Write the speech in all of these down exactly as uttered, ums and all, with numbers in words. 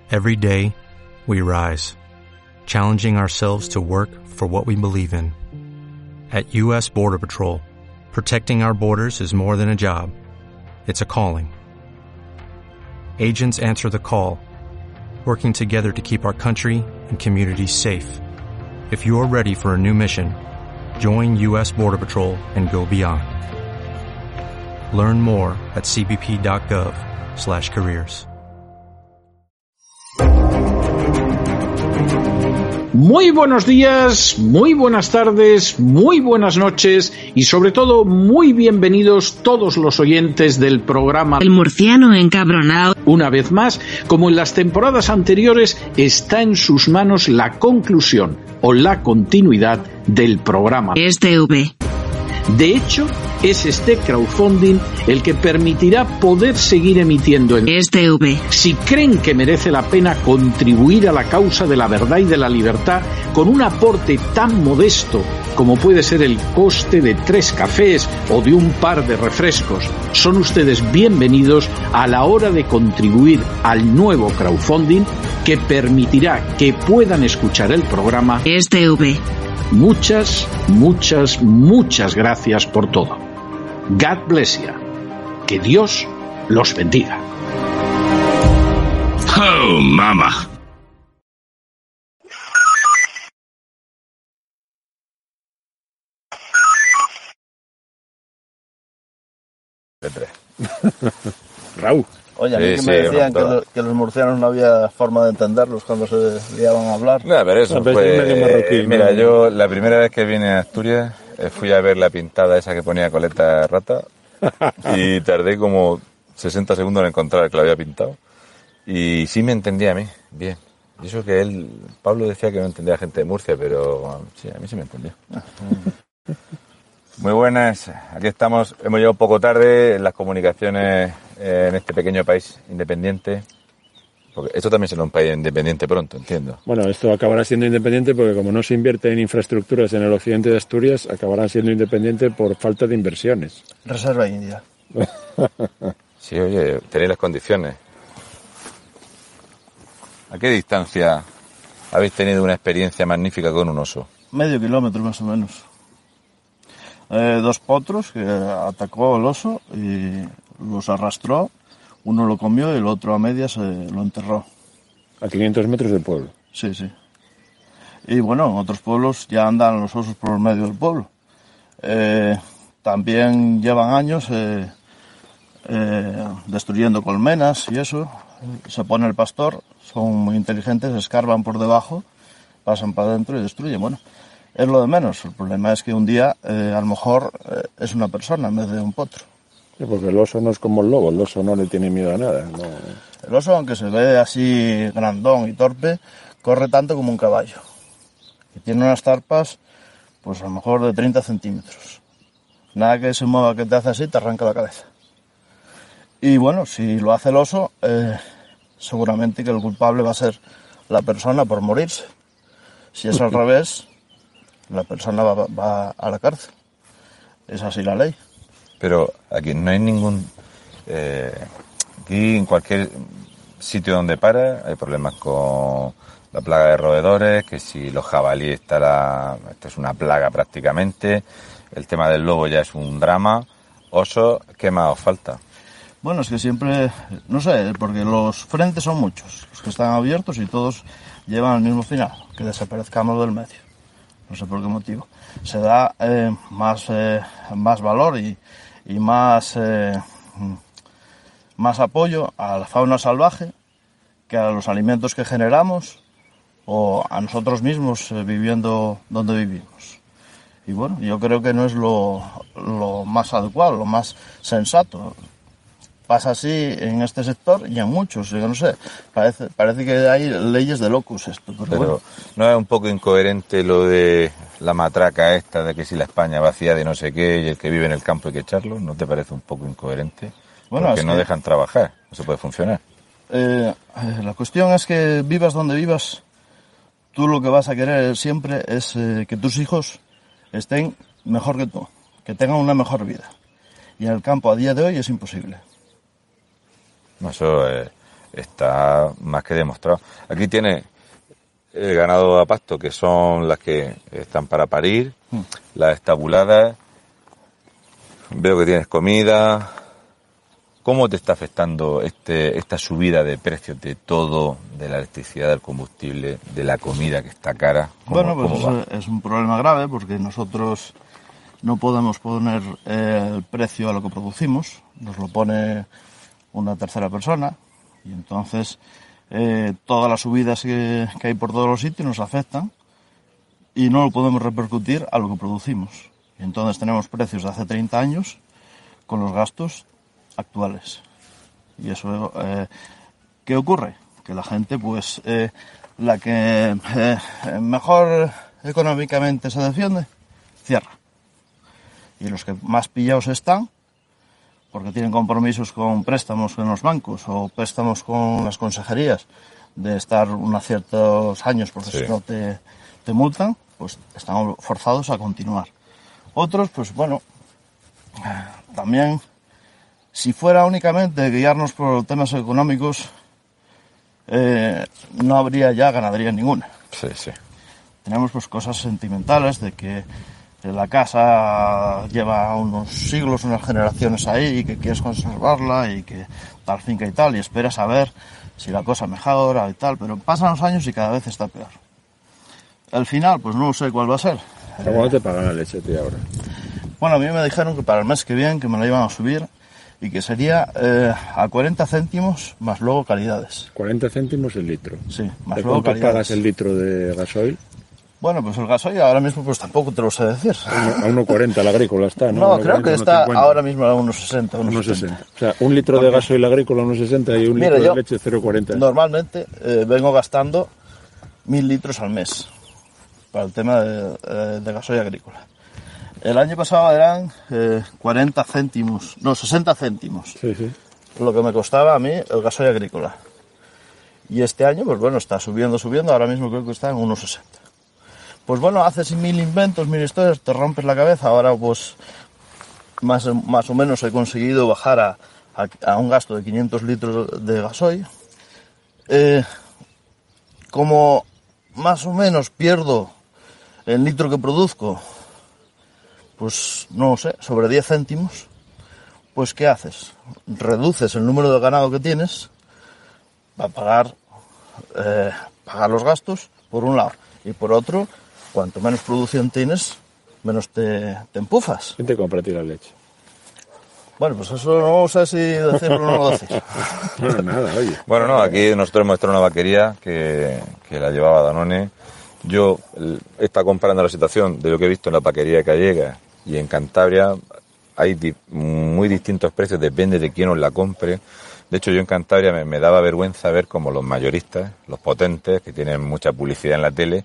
Every day, we rise, challenging ourselves to work for what we believe in. At U S Border Patrol, protecting our borders is more than a job. It's a calling. Agents answer the call, working together to keep our country and communities safe. If you're ready for a new mission, join U S Border Patrol and go beyond. Learn more at c b p dot gov slash careers. Muy buenos días, muy buenas tardes, muy buenas noches y sobre todo muy bienvenidos todos los oyentes del programa El Murciano Encabronado. Una vez más, como en las temporadas anteriores, está en sus manos la conclusión o la continuidad del programa. S T V. De hecho, es este crowdfunding el que permitirá poder seguir emitiendo en S T V. Si creen que merece la pena contribuir a la causa de la verdad y de la libertad con un aporte tan modesto como puede ser el coste de tres cafés o de un par de refrescos, son ustedes bienvenidos a la hora de contribuir al nuevo crowdfunding que permitirá que puedan escuchar el programa S T V. Muchas, muchas, muchas gracias por todo. God bless you. Que Dios los bendiga. Oh, mama. Raúl. Oye, a mí Sí, que sí, me decían no, que, lo- que los murcianos no había forma de entenderlos cuando se liaban a hablar. No, pero eso No, pero fue... es medio marroquí, Mira, ¿no? yo la primera vez que vine a Asturias eh, fui a ver la pintada esa que ponía coleta de rata y tardé como sesenta segundos en encontrar el que lo había pintado. Y sí me entendía a mí, bien. Y eso que él, Pablo decía que no entendía a gente de Murcia, pero sí, a mí sí me entendía. Muy buenas, aquí estamos, hemos llegado un poco tarde en las comunicaciones eh, en este pequeño país independiente. Porque esto también será un país independiente pronto, entiendo. Bueno, esto acabará siendo independiente porque como no se invierte en infraestructuras en el occidente de Asturias, acabarán siendo independientes por falta de inversiones. Reserva India. Sí, oye, tenéis las condiciones. ¿A qué distancia habéis tenido una experiencia magnífica con un oso? Medio kilómetro más o menos. Eh, dos potros que atacó el oso y los arrastró. Uno lo comió y el otro a medias eh, lo enterró. A quinientos metros del pueblo. Sí, sí. Y bueno, en otros pueblos ya andan los osos por el medio del pueblo. Eh, también llevan años eh, eh, destruyendo colmenas y eso. Se pone el pastor, son muy inteligentes, escarban por debajo, pasan para adentro y destruyen. Bueno, es lo de menos. El problema es que un día eh, a lo mejor eh, es una persona en vez de un potro. Sí, porque el oso no es como el lobo, el oso no le tiene miedo a nada. No. El oso, aunque se ve así grandón y torpe, corre tanto como un caballo. Y tiene unas zarpas, pues a lo mejor de treinta centímetros. Nada que se mueva que te hace así, te arranca la cabeza. Y bueno, si lo hace el oso, eh, seguramente que el culpable va a ser la persona por morirse. Si es al revés, la persona va, va a la cárcel. Es así la ley. Pero aquí no hay ningún... Eh, aquí en cualquier sitio donde para hay problemas con la plaga de roedores, que si los jabalíes está la... Esto es una plaga prácticamente. El tema del lobo ya es un drama. Oso, ¿qué más os falta? Bueno, es que siempre, no sé, porque los frentes son muchos, los que están abiertos y todos llevan el mismo final, que desaparezcamos del medio. No sé por qué motivo. Se da eh, más, eh, más valor y, y más, eh, más apoyo a la fauna salvaje que a los alimentos que generamos o a nosotros mismos eh, viviendo donde vivimos. Y bueno, yo creo que no es lo, lo más adecuado, lo más sensato. Pasa así en este sector y en muchos, yo no sé, parece, parece que hay leyes de locus esto. Pero, Pero bueno. ¿no es un poco incoherente lo de la matraca esta de que si la España vacía de no sé qué y el que vive en el campo hay que echarlo? ¿No te parece un poco incoherente? Bueno, Porque es no que- dejan trabajar, no se puede funcionar. Eh, eh, la cuestión es que vivas donde vivas, tú lo que vas a querer siempre es eh, que tus hijos estén mejor que tú, que tengan una mejor vida. Y en el campo a día de hoy es imposible. No, eso es, está más que demostrado. Aquí tiene el ganado a pasto, que son las que están para parir, mm. las estabuladas. Veo que tienes comida. ¿Cómo te está afectando este esta subida de precios de todo, de la electricidad, del combustible, de la comida que está cara? Bueno, pues es, es un problema grave porque nosotros no podemos poner eh, el precio a lo que producimos, nos lo pone una tercera persona y entonces eh, todas las subidas que, que hay por todos los sitios nos afectan y no lo podemos repercutir a lo que producimos. Y entonces tenemos precios de hace treinta años con los gastos actuales. Y eso, eh, ¿qué ocurre? Que la gente, pues, eh, la que eh, mejor económicamente se defiende, cierra. Y los que más pillados están, porque tienen compromisos con préstamos con los bancos o préstamos con las consejerías de estar unos ciertos años porque sí. si no te, te multan, pues están forzados a continuar. Otros, pues bueno, también, si fuera únicamente guiarnos por temas económicos, eh, no habría ya ganadería ninguna. Sí, sí. Tenemos pues cosas sentimentales de que la casa lleva unos siglos, unas generaciones ahí y que quieres conservarla y que tal finca y tal y esperas a ver si la cosa mejora y tal, pero pasan los años y cada vez está peor. Al final, pues no sé cuál va a ser. ¿Cuándo te pagan la leche, tío, ahora? Bueno, a mí me dijeron que para el mes que viene que me la iban a subir y que sería eh, a cuarenta céntimos más luego calidades. cuarenta céntimos el litro. Sí, más ¿De luego cuánto calidades. pagas el litro de gasoil? Bueno, pues el gasoil ahora mismo pues tampoco te lo sé decir. A uno cuarenta el agrícola está, ¿no? No, uno creo cuarenta, que está uno cincuenta. ahora mismo a uno sesenta. uno sesenta. O sea, un litro Porque, de gasoil agrícola uno sesenta y un mira, litro yo de leche cero cuarenta. Normalmente eh, vengo gastando mil litros al mes para el tema de, eh, de gasoil agrícola. El año pasado eran eh, cuarenta céntimos, no, sesenta céntimos. Sí, sí. Lo que me costaba a mí el gasoil agrícola. Y este año, pues bueno, está subiendo, subiendo, ahora mismo creo que está en uno sesenta. Pues bueno, haces mil inventos, mil historias, te rompes la cabeza, ahora pues más, más o menos he conseguido bajar a, a, a un gasto de quinientos litros de gasoil. Eh, como más o menos pierdo el litro que produzco, pues no sé, sobre diez céntimos, pues ¿qué haces? Reduces el número de ganado que tienes para pagar, eh, pagar los gastos, por un lado. Y por otro, cuanto menos producción tienes, menos te, te empufas. ¿Quién te compra a ti la leche? Bueno, pues eso no sé si decirlo o no decir. No, nada, oye. Bueno, no, aquí nosotros hemos traído una vaquería que, que la llevaba Danone. Yo he estado comparando la situación de lo que he visto en la vaquería gallega y en Cantabria. Hay di- muy distintos precios, depende de quién os la compre. De hecho, yo en Cantabria me, me daba vergüenza ver como los mayoristas, los potentes, que tienen mucha publicidad en la tele,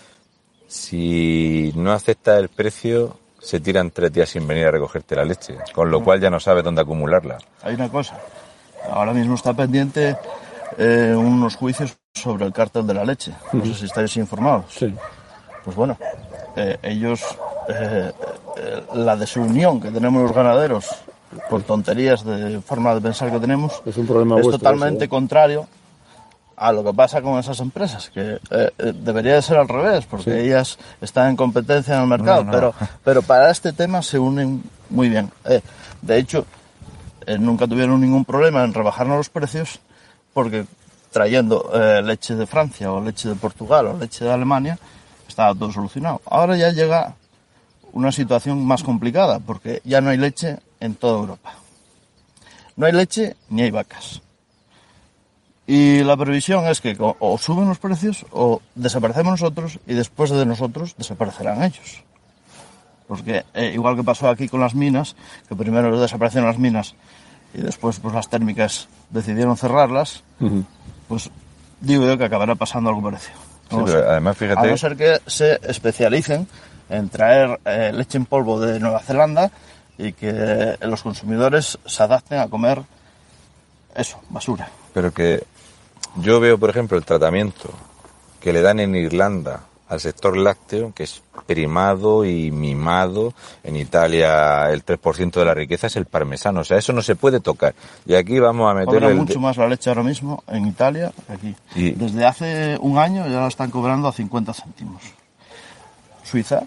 si no aceptas el precio, se tiran tres días sin venir a recogerte la leche, con lo cual ya no sabes dónde acumularla. Hay una cosa, ahora mismo está pendiente eh, unos juicios sobre el cártel de la leche. No sé si estáis informados. Sí. Pues bueno, eh, ellos, eh, eh, la desunión que tenemos los ganaderos por tonterías de forma de pensar que tenemos, Es un problema es vuestro, totalmente eso, ¿eh? contrario a lo que pasa con esas empresas, que eh, eh, debería de ser al revés, porque Sí. ellas están en competencia en el mercado, No, no. pero pero para este tema se unen muy bien. Eh, de hecho, eh, nunca tuvieron ningún problema en rebajarnos los precios, porque trayendo eh, leche de Francia o leche de Portugal o leche de Alemania, estaba todo solucionado. Ahora ya llega una situación más complicada, porque ya no hay leche en toda Europa. No hay leche ni hay vacas. Y la previsión es que o, o suben los precios o desaparecemos nosotros y después de nosotros desaparecerán ellos. Porque eh, igual que pasó aquí con las minas, que primero desaparecieron las minas y después pues las térmicas decidieron cerrarlas, Uh-huh. pues digo yo que acabará pasando algo parecido. Sí, No lo pero sé. además, fíjate, A no ser que se especialicen en traer eh, leche en polvo de Nueva Zelanda y que los consumidores se adapten a comer eso, basura. pero que yo veo, por ejemplo, el tratamiento que le dan en Irlanda al sector lácteo, que es primado y mimado. En Italia el tres por ciento de la riqueza es el parmesano, o sea, eso no se puede tocar. Y aquí vamos a meter Cobran el... mucho más la leche ahora mismo en Italia que aquí. Y... Desde hace un año ya la están cobrando a cincuenta céntimos. Suiza,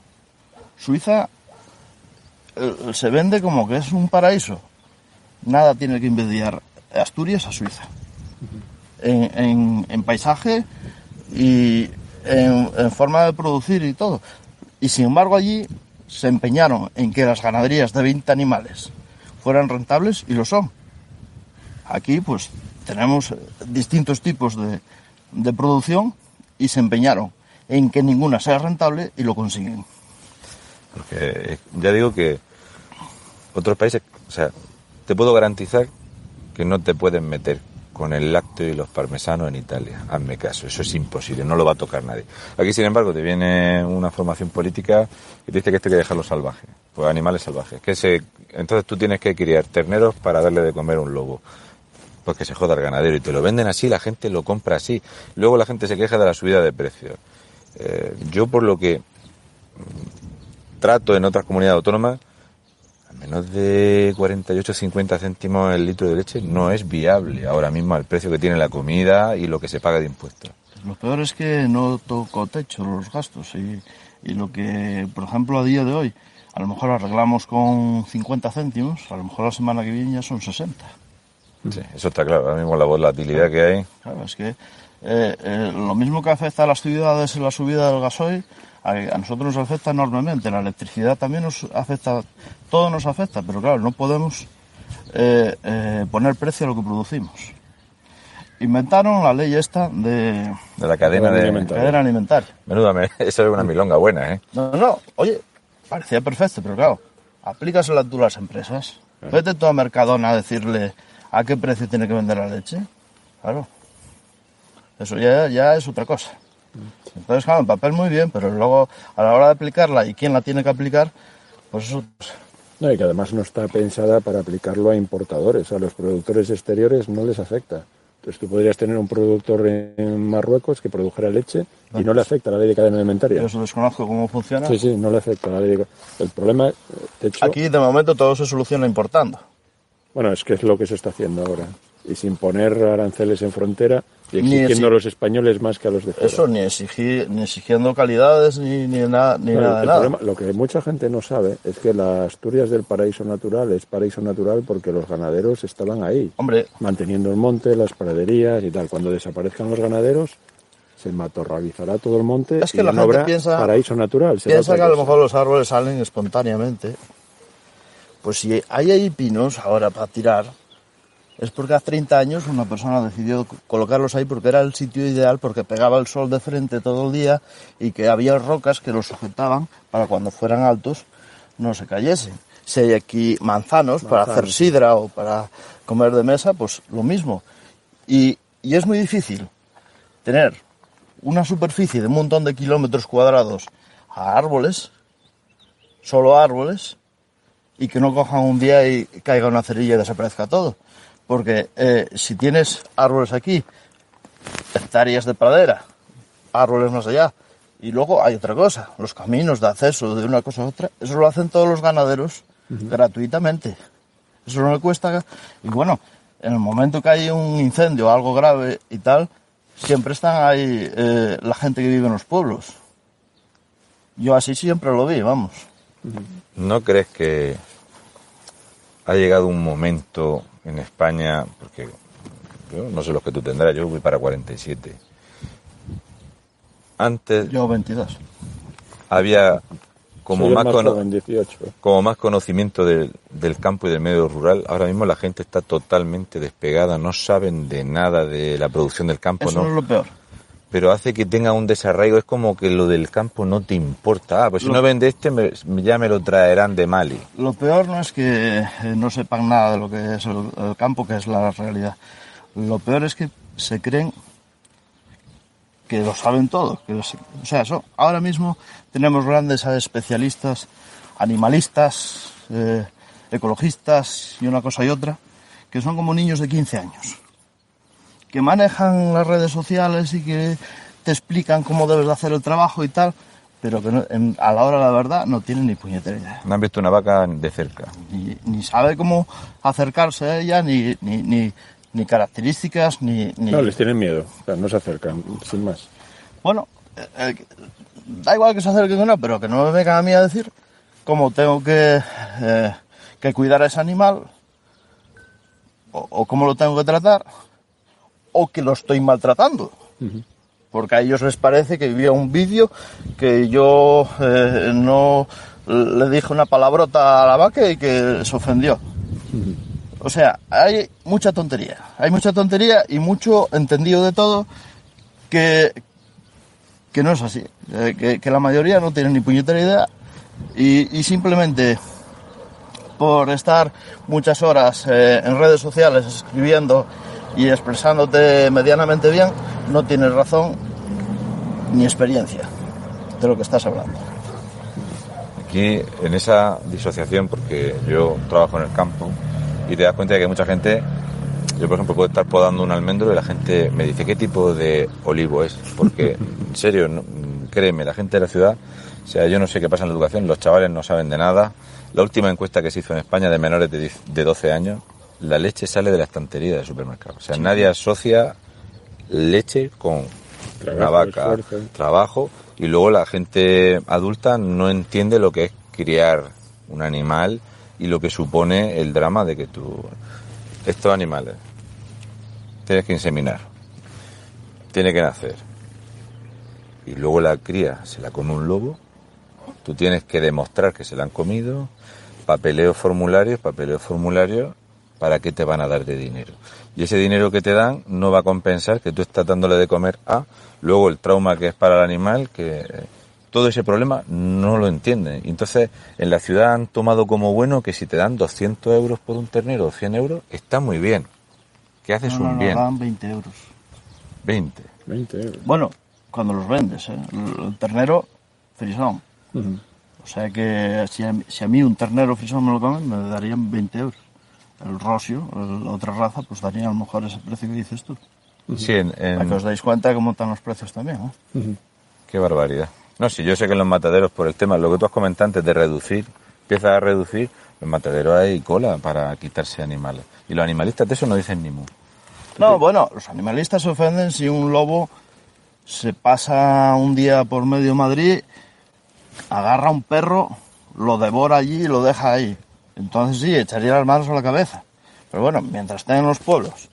Suiza eh, se vende como que es un paraíso. Nada tiene que envidiar Asturias a Suiza. En, en, en paisaje y en, en forma de producir y todo. Y sin embargo allí se empeñaron en que las ganaderías de veinte animales fueran rentables y lo son. Aquí pues tenemos distintos tipos de, de producción y se empeñaron en que ninguna sea rentable y lo consiguen. Porque ya digo que otros países, o sea, te puedo garantizar que no te pueden meter con el lácteo y los parmesanos en Italia. Hazme caso, eso es imposible, no lo va a tocar nadie. Aquí, sin embargo, te viene una formación política y te dice que esto hay que dejarlo salvaje, pues animales salvajes. Que se, entonces tú tienes que criar terneros para darle de comer a un lobo. Pues que se joda el ganadero y te lo venden así, la gente lo compra así. Luego la gente se queja de la subida de precios. Eh, yo por lo que trato en otras comunidades autónomas, a menos de cuarenta y ocho a cincuenta céntimos el litro de leche no es viable ahora mismo al precio que tiene la comida y lo que se paga de impuestos. Lo peor es que no toco techo los gastos y, y lo que, por ejemplo, a día de hoy, a lo mejor arreglamos con cincuenta céntimos, a lo mejor la semana que viene ya son sesenta. Sí, eso está claro, ahora mismo la volatilidad que hay. Claro, es que eh, eh, lo mismo que afecta a las ciudades en la subida del gasoil, a, a nosotros nos afecta enormemente. La electricidad también nos afecta, todo nos afecta, pero claro, no podemos eh, eh, poner precio a lo que producimos. Inventaron la ley esta de, de la cadena, de, alimentaria. cadena alimentaria. Menuda, eso es una milonga buena, ¿eh? No, no, oye, parecía perfecto, pero claro, aplícasela tú a las empresas. Claro. Vete tú a Mercadona a decirle a qué precio tiene que vender la leche. Claro. Eso ya, ya es otra cosa. Entonces, claro, en papel muy bien, pero luego a la hora de aplicarla y quién la tiene que aplicar, pues eso... No, y que además no está pensada para aplicarlo a importadores. A los productores exteriores no les afecta. Entonces tú podrías tener un productor en Marruecos que produjera leche y no le afecta la ley de cadena alimentaria. Yo eso desconozco cómo funciona. Sí, sí, no le afecta la ley de... El problema, de hecho... Aquí de momento todo se soluciona importando. Bueno, es que es lo que se está haciendo ahora. Y sin poner aranceles en frontera y exigiendo a los españoles más que a los de fuera. Eso, ni, exigir, ni exigiendo calidades, ni, ni, na, ni claro, nada de nada. Problema, lo que mucha gente no sabe es que la Asturias del paraíso natural es paraíso natural porque los ganaderos estaban ahí. Hombre. Manteniendo el monte, las praderías y tal. Cuando desaparezcan los ganaderos, se matorralizará todo el monte es que y la no gente habrá piensa, paraíso natural. Piensa que a lo mejor los árboles salen espontáneamente. Pues si hay ahí pinos ahora para tirar, es porque hace treinta años una persona decidió colocarlos ahí porque era el sitio ideal, porque pegaba el sol de frente todo el día y que había rocas que los sujetaban para cuando fueran altos no se cayesen. Si hay aquí manzanos, manzanos. para hacer sidra o para comer de mesa, pues lo mismo. Y, y es muy difícil tener una superficie de un montón de kilómetros cuadrados a árboles, solo árboles, y que no cojan un día y caiga una cerilla y desaparezca todo. Porque eh, si tienes árboles aquí, hectáreas de pradera, árboles más allá, y luego hay otra cosa, los caminos de acceso de una cosa a otra, eso lo hacen todos los ganaderos uh-huh. gratuitamente. Eso no le cuesta. Y bueno, en el momento que hay un incendio, algo grave y tal, siempre están ahí eh, la gente que vive en los pueblos. Yo así siempre lo vi, vamos. ¿No crees que ha llegado un momento en España, porque yo no sé los que tú tendrás, yo voy para cuarenta y siete. Antes... Yo veintidós. Había como más, más, cono- joven, dieciocho. como más conocimiento del, del campo y del medio rural. Ahora mismo la gente está totalmente despegada, no saben de nada de la producción del campo. Eso no es lo peor. Pero hace que tenga un desarraigo, es como que lo del campo no te importa. Ah, pues si lo, no vende este, me, ya me lo traerán de Mali. Lo peor no es que no sepan nada de lo que es el, el campo, que es la realidad. Lo peor es que se creen que lo saben todo. Que los, o sea, eso, ahora mismo tenemos grandes especialistas, animalistas, eh, ecologistas y una cosa y otra, que son como niños de quince años. Que manejan las redes sociales y que te explican cómo debes de hacer el trabajo y tal, pero que no, en, a la hora de la verdad no tienen ni puñetera idea. No han visto una vaca de cerca. Ni, ni sabe cómo acercarse a ella, ni, ni, ni, ni características, ni, ni... No, les tienen miedo, o sea, no se acercan, sin más. Bueno, eh, eh, da igual que se acerquen o no, pero que no me vengan a mí a decir cómo tengo que, eh, que cuidar a ese animal, o, o cómo lo tengo que tratar, o que lo estoy maltratando. Uh-huh. Porque a ellos les parece que vivía un vídeo que yo eh, no le dije una palabrota a la vaca y que se ofendió. Uh-huh. O sea, hay mucha tontería. Hay mucha tontería y mucho entendido de todo que, que no es así. Eh, que, que la mayoría no tiene ni puñetera idea y, y simplemente por estar muchas horas eh, en redes sociales escribiendo y expresándote medianamente bien, no tienes razón ni experiencia de lo que estás hablando. Aquí, en esa disociación, porque yo trabajo en el campo y te das cuenta de que mucha gente, yo por ejemplo puedo estar podando un almendro y la gente me dice ¿qué tipo de olivo es? Porque, en serio, no, créeme, la gente de la ciudad, o sea, yo no sé qué pasa en la educación, los chavales no saben de nada. La última encuesta que se hizo en España de menores de, de doce años, la leche sale de la estantería del supermercado. O sea, sí. Nadie asocia leche con trabajo, una vaca, esfuerzo. Trabajo, y luego la gente adulta no entiende lo que es criar un animal y lo que supone el drama de que tú, estos animales, tienes que inseminar, tiene que nacer, y luego la cría se la come un lobo, tú tienes que demostrar que se la han comido, papeleos formularios, papeleos formularios, ¿para qué te van a dar de dinero? Y ese dinero que te dan no va a compensar que tú estás dándole de comer a, luego el trauma que es para el animal, que todo ese problema no lo entienden. Entonces, en la ciudad han tomado como bueno que si te dan doscientos euros por un ternero o cien euros, está muy bien. Que haces no, no, un bien. No, dan veinte euros. veinte. veinte euros. Bueno, cuando los vendes, ¿eh? El ternero frisón. Uh-huh. O sea que si a, si a mí un ternero frisón me lo comen, me darían veinte euros. El rosio, la otra raza, pues daría a lo mejor ese precio que dices tú. Sí, en, en... Para que os dais cuenta de cómo están los precios también, ¿eh? Uh-huh. Qué barbaridad. No, si yo sé que en los mataderos, por el tema, lo que tú has comentado antes de reducir, empiezas a reducir, en mataderos hay cola para quitarse animales. Y los animalistas de eso no dicen ni mu. No, bueno, los animalistas se ofenden si un lobo se pasa un día por medio Madrid, agarra a un perro, lo devora allí y lo deja ahí. Entonces sí, echaría las manos a la cabeza. Pero bueno, mientras estén en los pueblos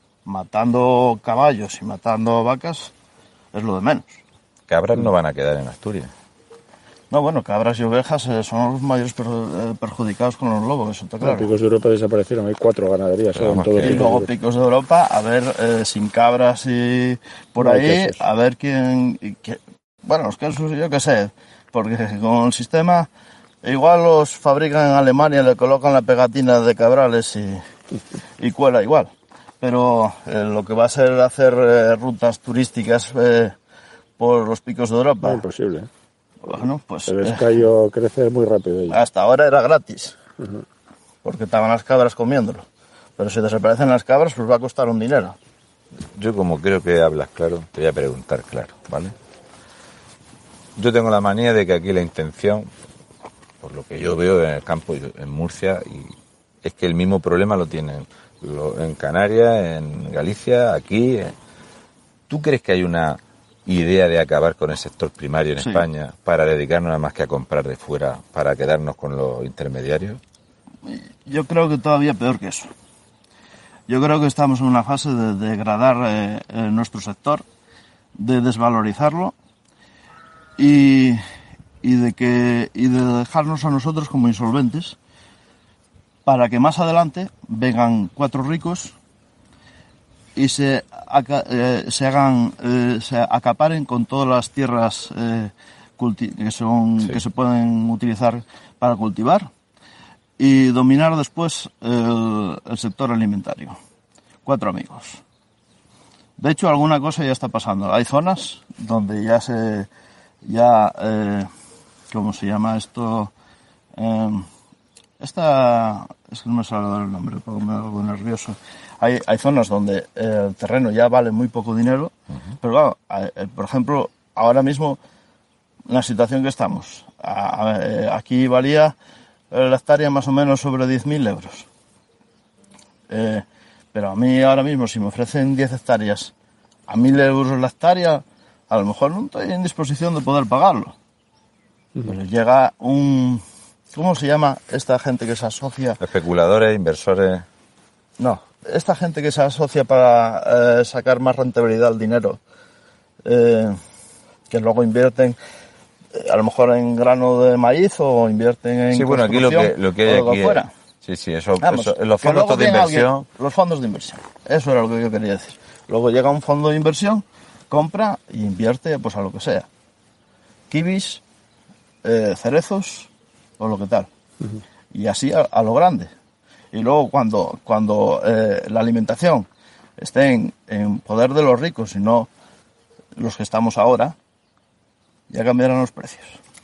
matando caballos y matando vacas, es lo de menos. Cabras no van a quedar en Asturias. No, bueno, cabras y ovejas eh, son los mayores per, eh, perjudicados con los lobos, eso está claro. Los Picos de Europa desaparecieron, hay cuatro ganaderías. En todo y luego Picos de Europa, a ver, eh, sin cabras y por no ahí, a ver quién... quién bueno, los quesos yo qué sé, porque con el sistema... Igual los fabrican en Alemania, le colocan la pegatina de cabrales y, y cuela igual. Pero eh, lo que va a ser hacer eh, rutas turísticas eh, por los Picos de Europa... No, imposible. Bueno, pues... El escayo eh, crece muy rápido. Ahí. Hasta ahora era gratis, uh-huh. porque estaban las cabras comiéndolo. Pero si desaparecen las cabras, pues va a costar un dinero. Yo como creo que hablas claro, te voy a preguntar claro, ¿vale? Yo tengo la manía de que aquí la intención... por lo que yo veo en el campo, en Murcia, y es que el mismo problema lo tienen en Canarias, en Galicia, aquí. ¿Tú crees que hay una idea de acabar con el sector primario en sí. España para dedicarnos nada más que a comprar de fuera, para quedarnos con los intermediarios? Yo creo que todavía peor que eso. Yo creo que estamos en una fase de degradar eh, nuestro sector, de desvalorizarlo y... y de que y de dejarnos a nosotros como insolventes para que más adelante vengan cuatro ricos y se eh, se hagan eh, se acaparen con todas las tierras eh, culti- que son sí. que se pueden utilizar para cultivar y dominar después el, el sector alimentario. Cuatro amigos. De hecho, alguna cosa ya está pasando. Hay zonas donde ya se ya eh, ¿cómo se llama esto? Eh, esta... Es que no me sale el nombre, porque me hago nervioso. Hay, hay zonas donde el terreno ya vale muy poco dinero, uh-huh. Pero claro, eh, por ejemplo, ahora mismo, en la situación que estamos, a, a, eh, aquí valía la hectárea más o menos sobre diez mil euros. Eh, pero a mí ahora mismo, si me ofrecen diez hectáreas a mil euros la hectárea, a lo mejor no estoy en disposición de poder pagarlo. Uh-huh. Pero llega un... ¿Cómo se llama esta gente que se asocia? Especuladores, inversores... No, esta gente que se asocia para eh, sacar más rentabilidad al dinero, eh, que luego invierten eh, a lo mejor en grano de maíz o invierten en... Sí, bueno, aquí lo que, lo que hay aquí es, sí, sí, eso, Vamos, eso los fondos de inversión... Alguien, los fondos de inversión, eso era lo que yo quería decir. Luego llega un fondo de inversión, compra e invierte pues a lo que sea. Kibis, eh, cerezos o lo que tal. Uh-huh. Y así a, a lo grande. Y luego cuando, cuando eh, la alimentación esté en, en poder de los ricos y no los que estamos ahora, ya cambiarán los precios.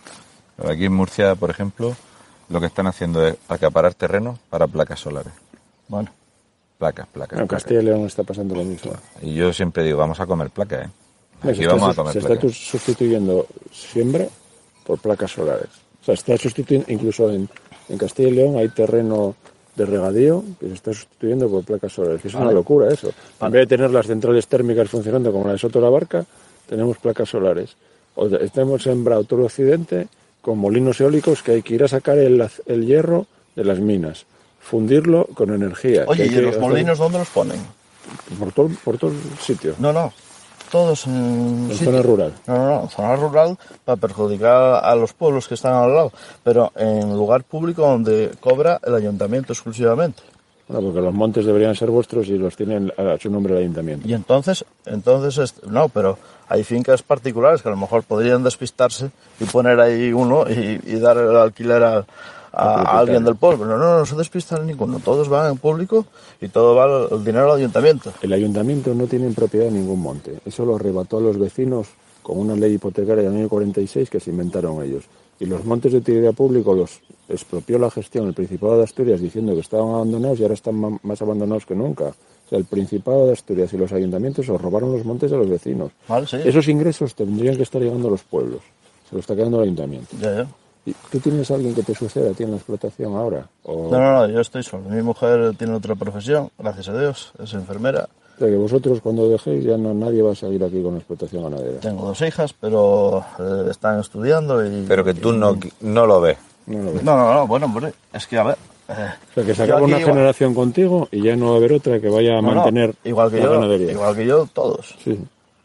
Aquí en Murcia, por ejemplo, lo que están haciendo es acaparar terrenos para placas solares. Bueno. Placas, placas. En Castilla y León está pasando lo mismo. Y yo siempre digo, vamos a comer placas, ¿eh? Aquí se vamos está, a comer se placas. está sustituyendo siembra por placas solares. O sea, está sustituyendo, incluso en, en Castilla y León hay terreno de regadío que se está sustituyendo por placas solares. Que es vale. Una locura eso. Vale. En vez de tener las centrales térmicas funcionando como la de Soto la Barca, tenemos placas solares. O hemos sembrado todo el occidente con molinos eólicos que hay que ir a sacar el, el hierro de las minas, fundirlo con energía. Oye, ¿y que, los molinos dónde los ponen? Por todo, por todo el sitio. No, no. Todos en, en zona rural. No, no, no, en zona rural para perjudicar a los pueblos que están al lado, pero en lugar público donde cobra el ayuntamiento exclusivamente. Bueno, porque los montes deberían ser vuestros y los tienen a su nombre el ayuntamiento. Y entonces, entonces no, pero hay fincas particulares que a lo mejor podrían despistarse y poner ahí uno y, y dar el alquiler a, a, a alguien del pueblo. No, no, no se despistan ninguno. Todos van en público y todo va el, el dinero al ayuntamiento. El ayuntamiento no tiene en propiedad ningún monte. Eso lo arrebató a los vecinos con una ley hipotecaria del año cuarenta y seis que se inventaron ellos. Y los montes de utilidad pública los expropió la gestión el Principado de Asturias diciendo que estaban abandonados y ahora están más abandonados que nunca. O sea, el Principado de Asturias y los ayuntamientos os robaron los montes a los vecinos. Vale, sí. Esos ingresos tendrían que estar llegando a los pueblos. Se lo está quedando el ayuntamiento. Ya, ya. ¿Y tú tienes a alguien que te suceda a ti en la explotación ahora? ¿O... No, no, no, yo estoy solo. Mi mujer tiene otra profesión, gracias a Dios, es enfermera. O sea, que vosotros cuando dejéis ya no nadie va a seguir aquí con la explotación ganadera. Tengo dos hijas, pero eh, están estudiando y... Pero que tú y, no, no lo ves. No, lo ves. no, no, no, bueno, hombre, es que a ver... Eh, o sea, que se acaba una igual... generación contigo y ya no va a haber otra que vaya a no, mantener no, igual que la yo, ganadería. Igual que yo, todos. Sí.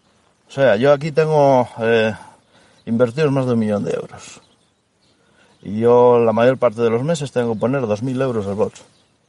O sea, yo aquí tengo eh, invertidos más de un millón de euros. Y yo la mayor parte de los meses tengo que poner dos mil euros al bolso.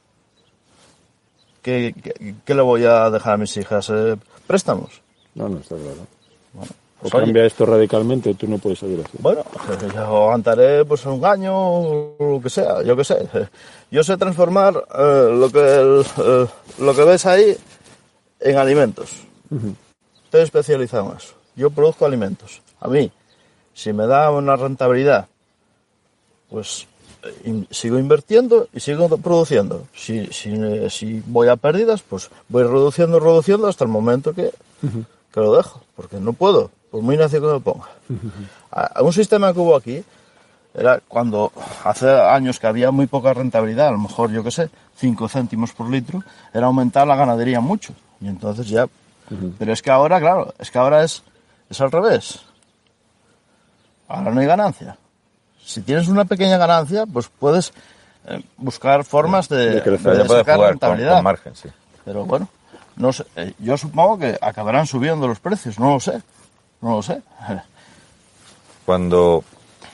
¿Qué, qué, ¿Qué le voy a dejar a mis hijas? ¿Eh, ¿Préstamos? No, no, está claro. Bueno, pues o cambia oye, esto radicalmente, tú no puedes seguir así. Bueno, yo aguantaré pues un año, lo que sea, yo qué sé. Yo sé transformar eh, lo que el, eh, lo que ves ahí en alimentos. Uh-huh. Estoy especializado en eso. Yo produzco alimentos. A mí, si me da una rentabilidad, pues in, sigo invirtiendo y sigo produciendo. Si, si, si voy a pérdidas, pues voy reduciendo, reduciendo hasta el momento que, uh-huh. que lo dejo, porque no puedo, por muy necio que me ponga. Uh-huh. A, un sistema que hubo aquí era cuando hace años que había muy poca rentabilidad, a lo mejor, yo qué sé, cinco céntimos por litro, era aumentar la ganadería mucho. Y entonces ya... Uh-huh. Pero es que ahora, claro, es que ahora es, es al revés. Ahora no hay ganancia. Si tienes una pequeña ganancia, pues puedes eh, buscar formas de, de, crecer, de, de sacar rentabilidad. Con, con margen, sí. Pero bueno, no sé, eh, yo supongo que acabarán subiendo los precios, no lo sé, no lo sé. Cuando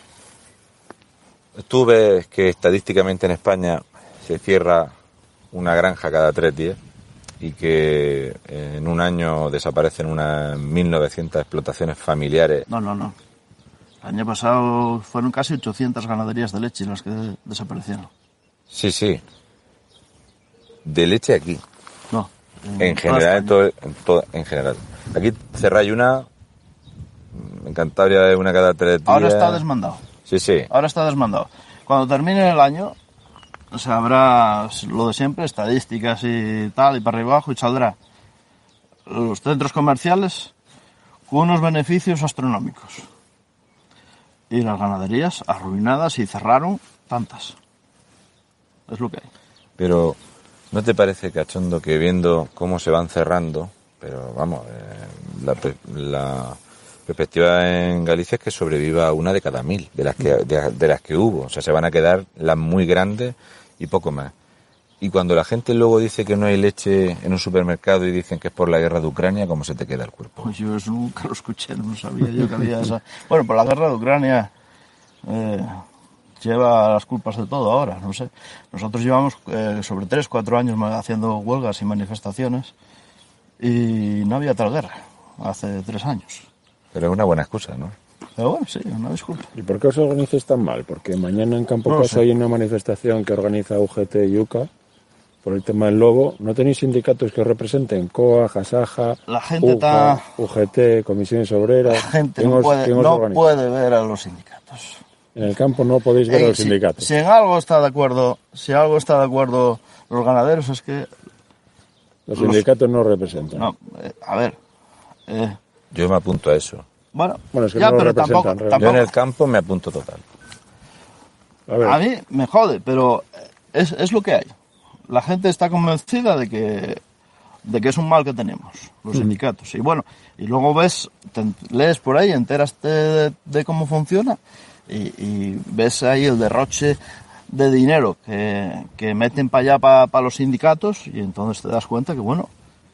tú ves que estadísticamente en España se cierra una granja cada tres días y que en un año desaparecen unas mil novecientas explotaciones familiares. No, no, no. El año pasado fueron casi ochocientas ganaderías de leche las que desaparecieron. Sí, sí. De leche aquí. No. En, en general, en todo, en todo, en general. Aquí cerráis una, en Cantabria es una cada tres días. Ahora está desmandado. Sí, sí. Ahora está desmandado. Cuando termine el año, o sea, habrá lo de siempre, estadísticas y tal, y para arriba abajo, y saldrá los centros comerciales con unos beneficios astronómicos. Y las ganaderías arruinadas y cerraron tantas. Es lo que hay. Pero, ¿no te parece cachondo que viendo cómo se van cerrando, pero vamos, eh, la, la perspectiva en Galicia es que sobreviva una de cada mil de las que de, de las que hubo, o sea, se van a quedar las muy grandes y poco más. Y cuando la gente luego dice que no hay leche en un supermercado y dicen que es por la guerra de Ucrania, ¿cómo se te queda el cuerpo? Pues yo eso nunca lo escuché, no sabía yo que había esa... Bueno, por la guerra de Ucrania eh, lleva las culpas de todo ahora, no sé. Nosotros llevamos eh, sobre tres, cuatro años haciendo huelgas y manifestaciones y no había tal guerra hace tres años. Pero es una buena excusa, ¿no? Pero bueno, sí, una disculpa. ¿Y por qué os organizáis tan mal? Porque mañana en Campo No Caso sé. hay una manifestación que organiza U G T y U C A por el tema del lobo. ¿No tenéis sindicatos que os representen? C O A, Jasaja, La gente U C A, está... U G T, Comisiones Obreras. La gente ¿Quién no, os- puede, quién os no organiza? puede ver a los sindicatos. En el campo no podéis ver a Eh, los si, sindicatos. si en algo está de acuerdo, si algo está de acuerdo los ganaderos es que Los los- sindicatos no representan. no, eh, a ver, eh, Yo me apunto a eso. bueno, Bueno, es que ya, no lo pero representan, tampoco, realmente. Yo en tampoco el campo me apunto total. A ver, a mí me jode, pero es, es lo que hay. La gente está convencida de que de que es un mal que tenemos, los sindicatos. Y bueno, y luego ves, te lees por ahí, enteraste de, de cómo funciona y, y ves ahí el derroche de dinero que, que meten para allá para pa los sindicatos y entonces te das cuenta que bueno,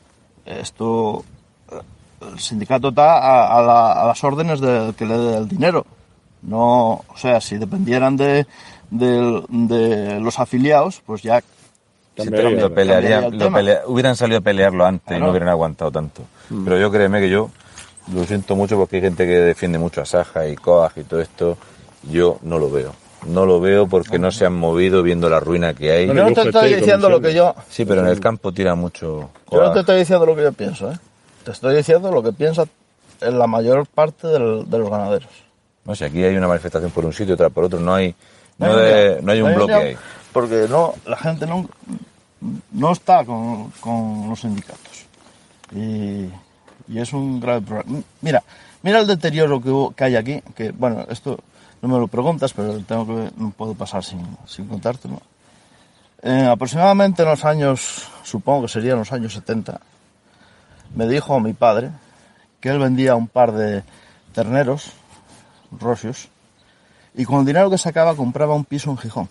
esto, el sindicato está a, a, la- a las órdenes del que le dé el dinero. No, o sea, si dependieran de, de, de los afiliados, pues ya Sí, Cambiaría, pero lo ¿no? pelearían- cambiaría el lo tema. pelea- hubieran salido a pelearlo antes y Claro. no hubieran aguantado tanto. Pero yo créeme que yo lo siento mucho porque hay gente que defiende mucho a Saja y Coag y todo esto. Yo no lo veo. No lo veo porque no se han movido viendo la ruina que hay. Bueno, yo no y te U G T estoy y diciendo lo que comisiones. yo, Sí, pero en el campo tira mucho yo no te Coag. estoy diciendo lo que yo pienso, ¿eh? Te estoy diciendo lo que piensa en la mayor parte del- de los ganaderos. No sé, aquí hay una manifestación por un sitio, otra por otro. No hay, no hay de- unión, no hay un hay bloque unión, ahí. Porque no, la gente no, no está con, con los sindicatos. Y, y es un grave problema. Mira, mira el deterioro que, hubo- que hay aquí, que bueno, esto no me lo preguntas, pero tengo que, no puedo pasar sin, sin contártelo. Eh, aproximadamente en los años, supongo que serían los años setenta, me dijo mi padre que él vendía un par de terneros, rosios, y con el dinero que sacaba compraba un piso en Gijón.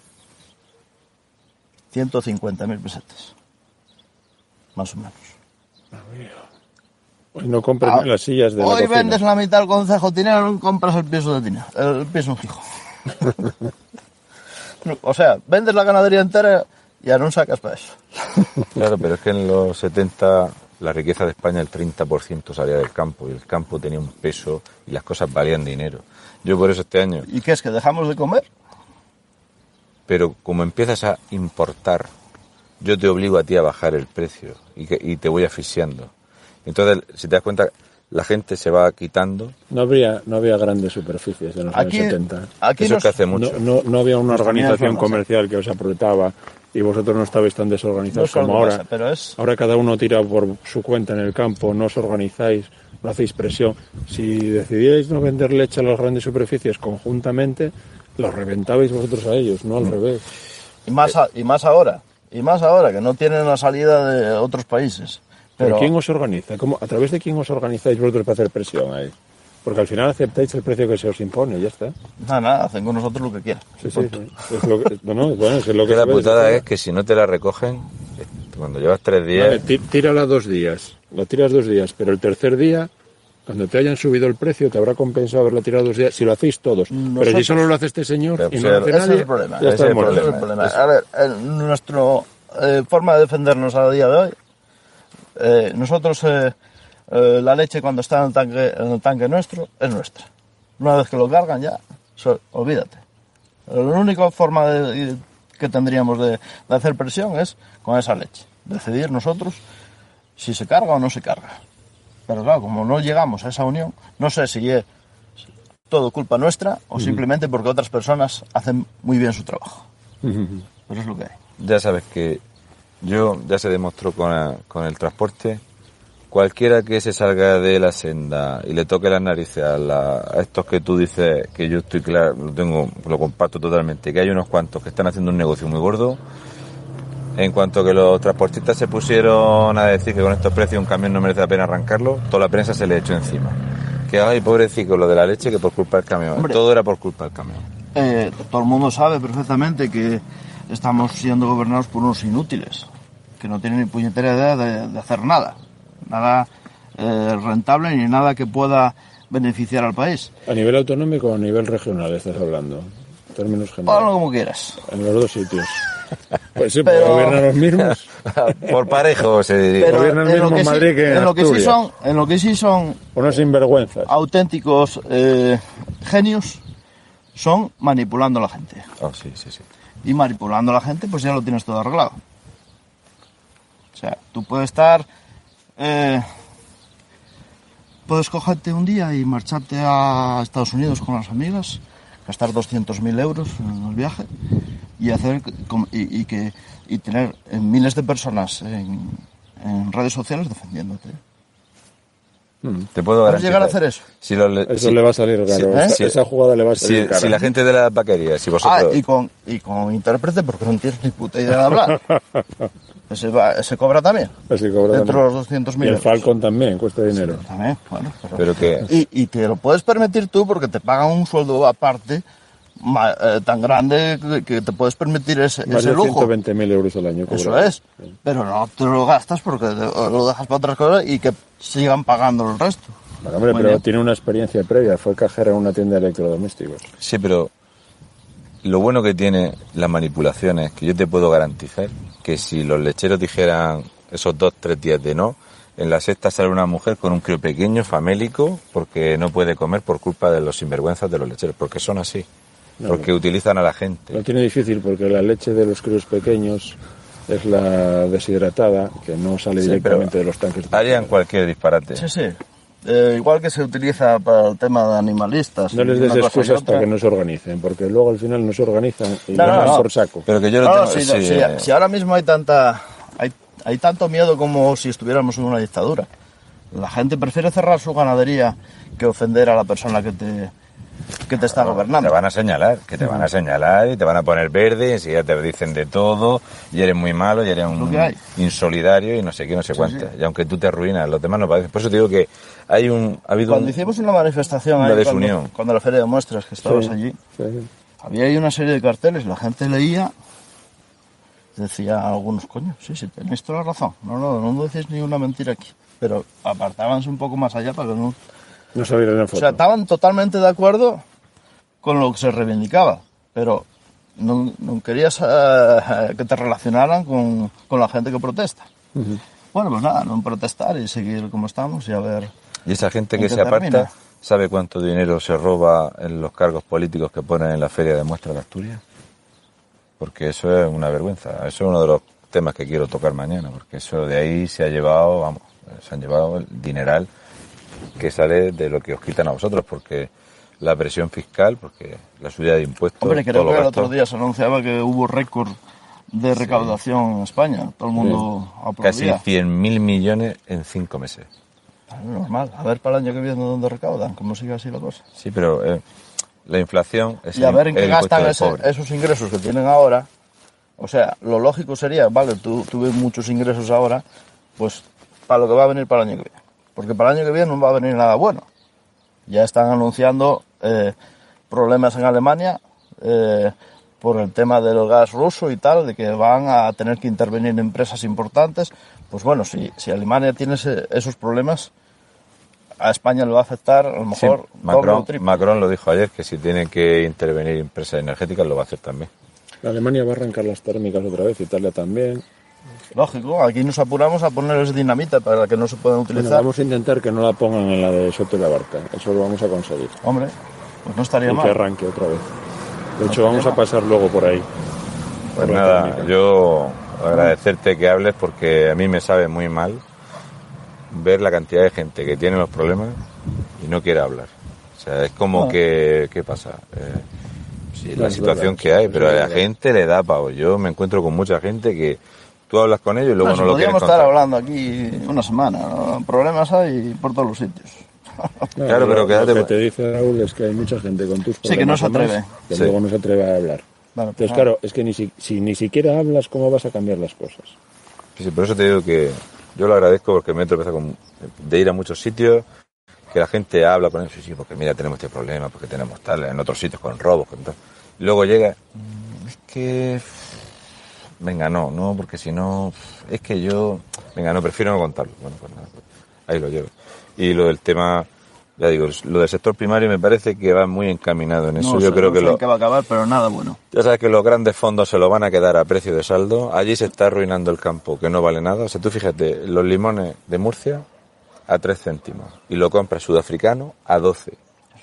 ciento cincuenta mil pesetas. Más o menos. hoy no compren Ah, las sillas de la Hoy cocina. vendes la mitad del concejo de dinero y compras el piso de dinero, el piso en Gijón. O sea, vendes la ganadería entera y ya no sacas para eso. Claro, pero es que en los setenta la riqueza de España el treinta por ciento salía del campo y el campo tenía un peso y las cosas valían dinero. Yo por eso este año, ¿Y qué es que dejamos de comer? pero como empiezas a importar, yo te obligo a ti a bajar el precio y, que, y te voy asfixiando. Entonces, si te das cuenta, la gente se va quitando. No habría, no había grandes superficies en los Aquí, años setenta. aquí Eso nos- que hace No, mucho. no, no había una Pues también hay organización formas, ¿eh? comercial que os apretaba y vosotros no estabais tan no desorganizados es algo como que ahora. pasa, pero es... Ahora cada uno tira por su cuenta en el campo, no os organizáis, no hacéis presión. Si decidíais no vender leche a las grandes superficies conjuntamente, los reventabais vosotros a ellos, no al revés. Y más, a- y más ahora, y más ahora, que no tienen la salida de otros países. ¿Pero Pero, quién os organiza? ¿Cómo, ¿A través de quién os organizáis vosotros para hacer presión ahí? Porque al final aceptáis el precio que se os impone y ya está. nada, nada, hacen con nosotros lo que quieran. Sí, sí, sí. Es lo que, no, no, bueno, es lo que Que la se ve desde putada fuera. es que si no te la recogen, cuando llevas tres días, Vale, tí- tírala dos días, lo tiras dos días, pero el tercer día, cuando te hayan subido el precio, te habrá compensado haberla tirado dos días, si lo hacéis todos. Pero si Nosotros- solo lo hace este señor Pero, y o no sea, lo hace Ese nadie, es el problema. ya Ese está es el muerto. Ese es el problema. A ver, el- nuestra eh, forma de defendernos a día de hoy, eh, nosotros, eh, eh, la leche cuando está en el tanque, en el tanque nuestro, es nuestra. Una vez que lo cargan ya, so- olvídate. La única forma de- que tendríamos de, de hacer presión es con esa leche. Decidir nosotros si se carga o no se carga. Pero claro, como no llegamos a esa unión, no sé si es todo culpa nuestra o simplemente porque otras personas hacen muy bien su trabajo. Pero es lo que hay. ya sabes que yo ya se demostró con, la- con el transporte cualquiera que se salga de la senda y le toque las narices a, la, a estos que tú dices, que yo estoy claro, lo tengo, lo comparto totalmente, que hay unos cuantos que están haciendo un negocio muy gordo. En cuanto que los transportistas se pusieron a decir que con estos precios un camión no merece la pena arrancarlo, toda la prensa se le echó encima. Que ay, pobrecito, lo de la leche, que por culpa del camión. Hombre, todo era por culpa del camión. Eh, todo el mundo sabe perfectamente que estamos siendo gobernados por unos inútiles, que no tienen ni puñetera idea de, de hacer nada. Nada eh, rentable ni nada que pueda beneficiar al país. ¿A nivel autonómico o a nivel regional estás hablando? En términos generales. Háblalo como quieras. En los dos sitios. Pues sí, pero, gobiernan los mismos. Por parejo se diría. Pero gobiernan los mismos en Madrid sí, que en, en lo que Asturias. sí son, en lo que sí son unos sinvergüenzas. Auténticos eh, genios son manipulando a la gente. Oh, sí, sí, sí. Y manipulando a la gente, pues ya lo tienes todo arreglado. O sea, tú puedes estar... Eh, puedes cogerte un día y marcharte a Estados Unidos con las amigas, gastar doscientos mil euros en el viaje y hacer y, y que y tener miles de personas en, en redes sociales defendiéndote. Te puedo garantizar. llegar a hacer eso? Si lo le, eso si, le va a salir caro. Si, ¿eh? esa, esa jugada le va a salir si, caro. Si la gente de la vaquería, si vosotros... Ah, y con, y con intérprete, porque no tienes ni puta idea de hablar. Ese, va, ese cobra también. Ese cobra dentro también. de los doscientos mil. Y el Falcon también cuesta dinero. Sí, también, bueno. Pero, pero que... y, y te lo puedes permitir tú porque te pagan un sueldo aparte ma, eh, tan grande que, que te puedes permitir ese, Más ese de lujo. ciento veinte mil euros al año. Eso es. Sí. Pero no te lo gastas porque te, lo dejas para otras cosas y que sigan pagando el resto. Bueno, hombre, bueno, pero tiene una experiencia previa. Fue cajera en una tienda de electrodomésticos. Sí, pero lo bueno que tiene las manipulaciones, que yo te puedo garantizar que si los lecheros dijeran esos dos, tres días de no, en la sexta sale una mujer con un crío pequeño, famélico, porque no puede comer por culpa de los sinvergüenzas de los lecheros, porque son así, no, porque no. utilizan a la gente. Lo tiene difícil porque la leche de los críos pequeños es la deshidratada, que no sale sí, directamente de los tanques. De harían cualquier disparate. Sí, sí. Eh, igual que se utiliza para el tema de animalistas. No les des excusas para que no se organicen, porque luego al final no se organizan y no, lo dan no, no. por saco. Pero que yo lo no, tengo, no, si, sí, si, eh... si ahora mismo hay tanta hay, hay tanto miedo como si estuviéramos en una dictadura. La gente prefiere cerrar su ganadería que ofender a la persona que te que te está no, gobernando. Te van a señalar, que te van a señalar y te van a poner verde y enseguida te dicen de todo y eres muy malo y eres un insolidario y no sé qué, no sé sí, cuánto. Sí. Y aunque tú te arruinas, los demás no parecen. Por eso te digo que hay un... Ha habido cuando un, hicimos una manifestación una ahí, desunión. Cuando, cuando la feria de muestras, que estabas sí, allí, sí, sí. había ahí una serie de carteles, la gente leía, decía algunos, coño, sí, sí, tenéis toda la razón, no, no, no decís ni una mentira aquí, pero apartábanse un poco más allá para que no... No salieran en foto. O sea, estaban totalmente de acuerdo con lo que se reivindicaba, pero no, no querías uh, que te relacionaran con, con la gente que protesta. Uh-huh. Bueno, pues nada, no protestar y seguir como estamos y a ver... Y esa gente que se aparta, termina. ¿Sabe cuánto dinero se roba en los cargos políticos que ponen en la Feria de Muestras de Asturias? Porque eso es una vergüenza. Eso es uno de los temas que quiero tocar mañana, porque eso de ahí se ha llevado, vamos, se han llevado el dineral que sale de lo que os quitan a vosotros, porque la presión fiscal, porque la subida de impuestos... Hombre, creo que el otro día se anunciaba que hubo récord de recaudación sí. en España. Todo el mundo sí. aplaudía. Casi cien mil millones en cinco meses. Normal. A ver para el año que viene dónde recaudan, cómo sigue así la cosa. Sí, pero eh, la inflación... Es y a el, ver en qué gastan ese, esos ingresos que tienen ahora. O sea, lo lógico sería, vale, tú tuve muchos ingresos ahora, pues para lo que va a venir para el año que viene. Porque para el año que viene no va a venir nada bueno. Ya están anunciando eh, problemas en Alemania eh, por el tema del gas ruso y tal, de que van a tener que intervenir empresas importantes. Pues bueno, si, si Alemania tiene ese, esos problemas, a España le va a afectar a lo mejor sí, Macron, Macron lo dijo ayer, que si tiene que intervenir empresas energéticas lo va a hacer también. Alemania va a arrancar las térmicas otra vez, Italia también. Lógico, aquí nos apuramos a ponerles dinamita para que no se puedan utilizar. Bueno, vamos a intentar que no la pongan en la de Soto y la Barca, eso lo vamos a conseguir. Hombre, pues no estaría y mal. Que arranque otra vez. De hecho, no vamos a pasar luego por ahí. Pues por nada, técnica. Yo agradecerte que hables porque a mí me sabe muy mal ver la cantidad de gente que tiene los problemas y no quiere hablar. O sea, es como no. que, ¿qué pasa? Eh, sí, no, la situación verdad, que hay, pero a la gente le da pavo. Yo me encuentro con mucha gente que Tú hablas con ellos y luego no, no si lo quieren podríamos contar. estar hablando aquí una semana, ¿no? Problemas hay por todos los sitios. No, Claro, pero quédate- Lo que te dice Raúl es que hay mucha gente con tus Sí, que no problemas se o más, atreve. que Sí. luego no se atreve a hablar. Vale, Entonces, pues, claro, es que ni si, si ni siquiera hablas, ¿cómo vas a cambiar las cosas? Sí, sí, por eso te digo que yo lo agradezco porque me he tropezado con, de ir a muchos sitios, que la gente habla con ellos, sí, sí, porque mira, tenemos este problema, porque tenemos tal, en otros sitios con robos, con tal. Y luego llega, "Mm, es que, venga, no, no, porque si no, es que yo, venga, no, prefiero no contarlo. Bueno, pues nada, pues ahí lo llevo. Y lo del tema, ya digo, lo del sector primario me parece que va muy encaminado en eso. no yo sé, creo no que sé lo, en qué va a acabar, pero nada bueno. ya sabes que los grandes fondos se lo van a quedar a precio de saldo. Allí se está arruinando el campo, que no vale nada. O sea, tú fíjate, los limones de Murcia a tres céntimos y lo compra sudafricano a doce.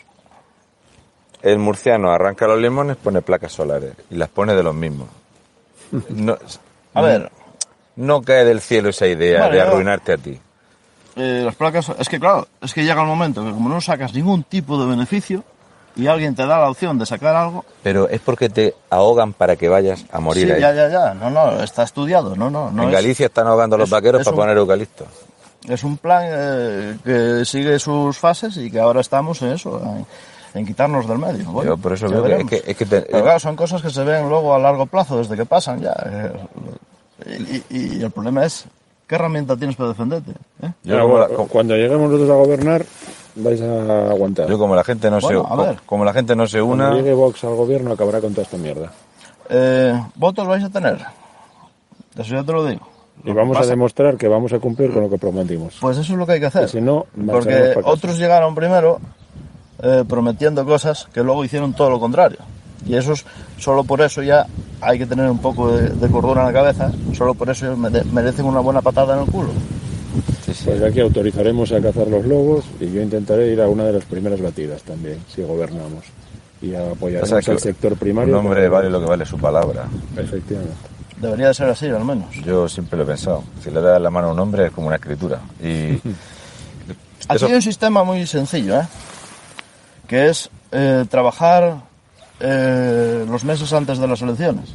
El murciano arranca los limones, pone placas solares y las pone de los mismos. No, A ver. no cae del cielo esa idea Vale, de no. arruinarte a ti. Eh, las placas, es que claro, es que llega el momento que como no sacas ningún tipo de beneficio y alguien te da la opción de sacar algo, Pero es porque te ahogan para que vayas a morir sí, ahí. ya, ya, ya, no, no, está estudiado, no, no, no en es, Galicia están ahogando a los es- vaqueros es para un- poner eucalipto. es un plan eh, que sigue sus fases y que ahora estamos en eso, en, en quitarnos del medio. Bueno, Yo por eso ya veo que- veremos. es que- es que te- Pero claro, son cosas que se ven luego a largo plazo, desde que pasan ya. eh, y, y- y el problema es, ¿qué herramienta tienes para defenderte? ¿Eh? Yo Ahora, como la- bueno, cuando lleguemos nosotros a gobernar, vais a aguantar. Yo como la gente no Bueno, se a ver. como la gente no se Cuando una, llegue Vox al gobierno, acabará con toda esta mierda. Eh, ¿Votos vais a tener? Eso ya te lo digo. Y vamos Pasa- a demostrar que vamos a cumplir con lo que prometimos. Pues eso es lo que hay que hacer. Y si no, marcharemos porque para casa. otros llegaron primero eh, prometiendo cosas que luego hicieron todo lo contrario. Y esos, solo por eso ya hay que tener un poco de, de cordura en la cabeza, solo por eso mere- merecen una buena patada en el culo. sí, sí. Pues aquí autorizaremos a cazar los lobos y yo intentaré ir a una de las primeras batidas también, si gobernamos. Y apoyaremos Pasa que al sector primario. un hombre para- vale lo que vale su palabra. Efectivamente. Debería de ser así, al menos. Yo siempre lo he pensado. Si le das la mano a un hombre es como una escritura. Y Aquí eso- hay un sistema muy sencillo, ¿eh? Que es eh, trabajar eh, los meses antes de las elecciones.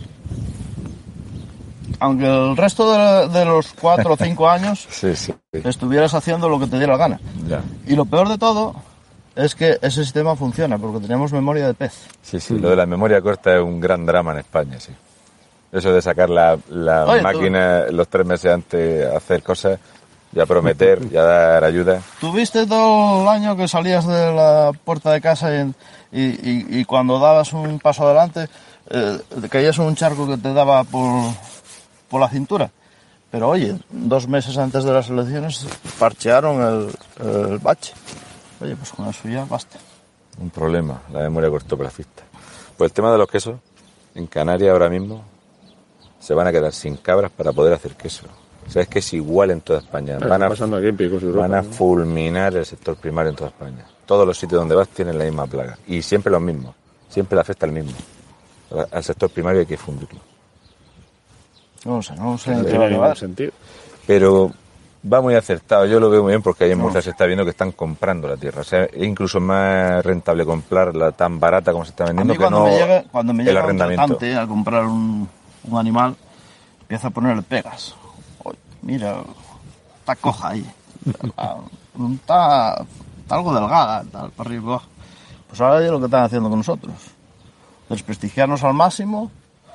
Aunque el resto de, de los cuatro o cinco años sí, sí, sí. estuvieras haciendo lo que te diera la gana. Ya. Y lo peor de todo es que ese sistema funciona, porque tenemos memoria de pez. Sí, sí. Lo de la memoria corta es un gran drama en España, sí. Eso de sacar la, la Oye, tú- máquina los tres meses antes a hacer cosas, ya prometer, ya dar ayuda. ¿Tuviste todo el año que salías de la puerta de casa y, y, y- y cuando dabas un paso adelante eh, caías en un charco que te daba por, por la cintura? Pero oye, dos meses antes de las elecciones parchearon el, el bache. Oye, pues con eso ya basta. Un problema, la memoria cortoplacista. Pues el tema de los quesos, en Canarias ahora mismo se van a quedar sin cabras para poder hacer queso. O sea, es que es igual en toda España. Está Van a, pasando aquí en Picos de Europa, van a ¿no? fulminar el sector primario en toda España. Todos los sitios donde vas tienen la misma plaga. Y siempre los mismos. Siempre le afecta al mismo. Al sector primario hay que fundirlo. No sé, no sé No en qué va tiene a ningún acabar. sentido. Pero va muy acertado. Yo lo veo muy bien porque ahí en Murcia se está viendo que están comprando la tierra. O sea, es incluso más rentable comprarla tan barata como se está A vendiendo mí que cuando no me llega, cuando me el llega un arrendamiento. tratante a comprar un, un animal, empieza a ponerle pegas. Oye, mira, está coja ahí. Está, está algo delgada, tal, para arriba y para abajo. Pues ahora es lo que están haciendo con nosotros. Desprestigiarnos al máximo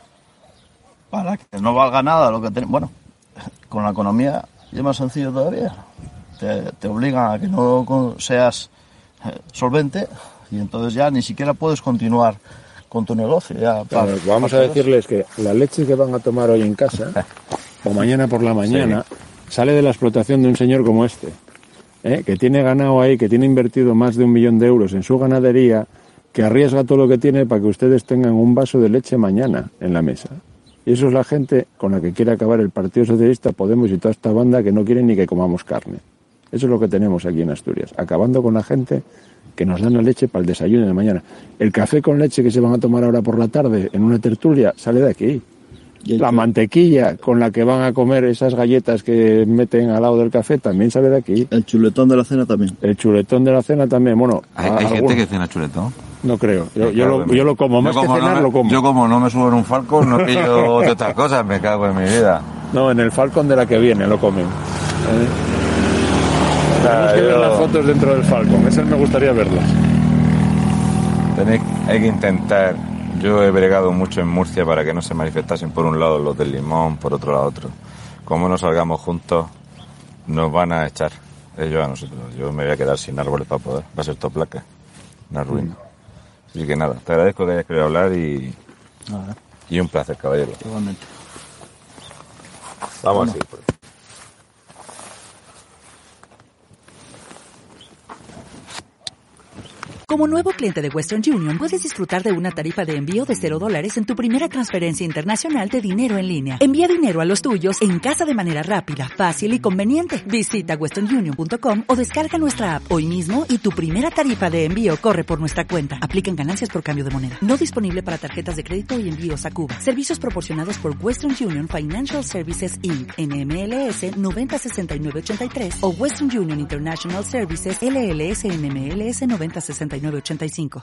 para que no valga nada lo que tenemos. Bueno, con la economía es más sencillo todavía. Te, te obligan a que no con- seas eh, solvente y entonces ya ni siquiera puedes continuar con tu negocio. Ya, Claro, pa- vamos a pa- decirles que la leche que van a tomar hoy en casa, o mañana por la mañana, sale de la explotación de un señor como este, ¿eh? que tiene ganado ahí, que tiene invertido más de un millón de euros en su ganadería, que arriesga todo lo que tiene para que ustedes tengan un vaso de leche mañana en la mesa. Y eso es la gente con la que quiere acabar el Partido Socialista, Podemos y toda esta banda que no quieren ni que comamos carne. Eso es lo que tenemos aquí en Asturias, acabando con la gente que nos dan la leche para el desayuno de mañana. El café con leche que se van a tomar ahora por la tarde en una tertulia sale de aquí. La mantequilla con la que van a comer esas galletas que meten al lado del café también sale de aquí. El chuletón de la cena también. El chuletón de la cena también, bueno... Hay, a- hay gente algunos- que cena chuletón. No creo, yo, yo, Claro, lo, yo lo como, más yo que como cenar no me- lo como. Yo como no me subo en un falcón, no pillo de estas cosas, me cago en mi vida. No, en el Falcon de la que viene lo comen. ¿Eh? Tenemos que yo... ver las fotos dentro del Falcon, esas me gustaría verlas. Tenéis, hay que intentar. Yo he bregado mucho en Murcia para que no se manifestasen por un lado los del Limón, por otro lado otro. Como no salgamos juntos, nos van a echar ellos a nosotros. Yo me voy a quedar sin árboles para poder. Va a ser todo placa, una ruina. Así que nada, te agradezco que hayas querido hablar y, Nada. y un placer, caballero. Igualmente. Vamos a seguir por ahí. Como nuevo cliente de Western Union, puedes disfrutar de una tarifa de envío de cero dólares en tu primera transferencia internacional de dinero en línea. Envía dinero a los tuyos en casa de manera rápida, fácil y conveniente. Visita western union punto com o descarga nuestra app hoy mismo y tu primera tarifa de envío corre por nuestra cuenta. Aplican ganancias por cambio de moneda. No disponible para tarjetas de crédito y envíos a Cuba. Servicios proporcionados por Western Union Financial Services incorporated. N M L S noventa sesenta y nueve ochenta y tres o Western Union International Services L L S N M L S noventa sesenta y nueve ochenta y cinco.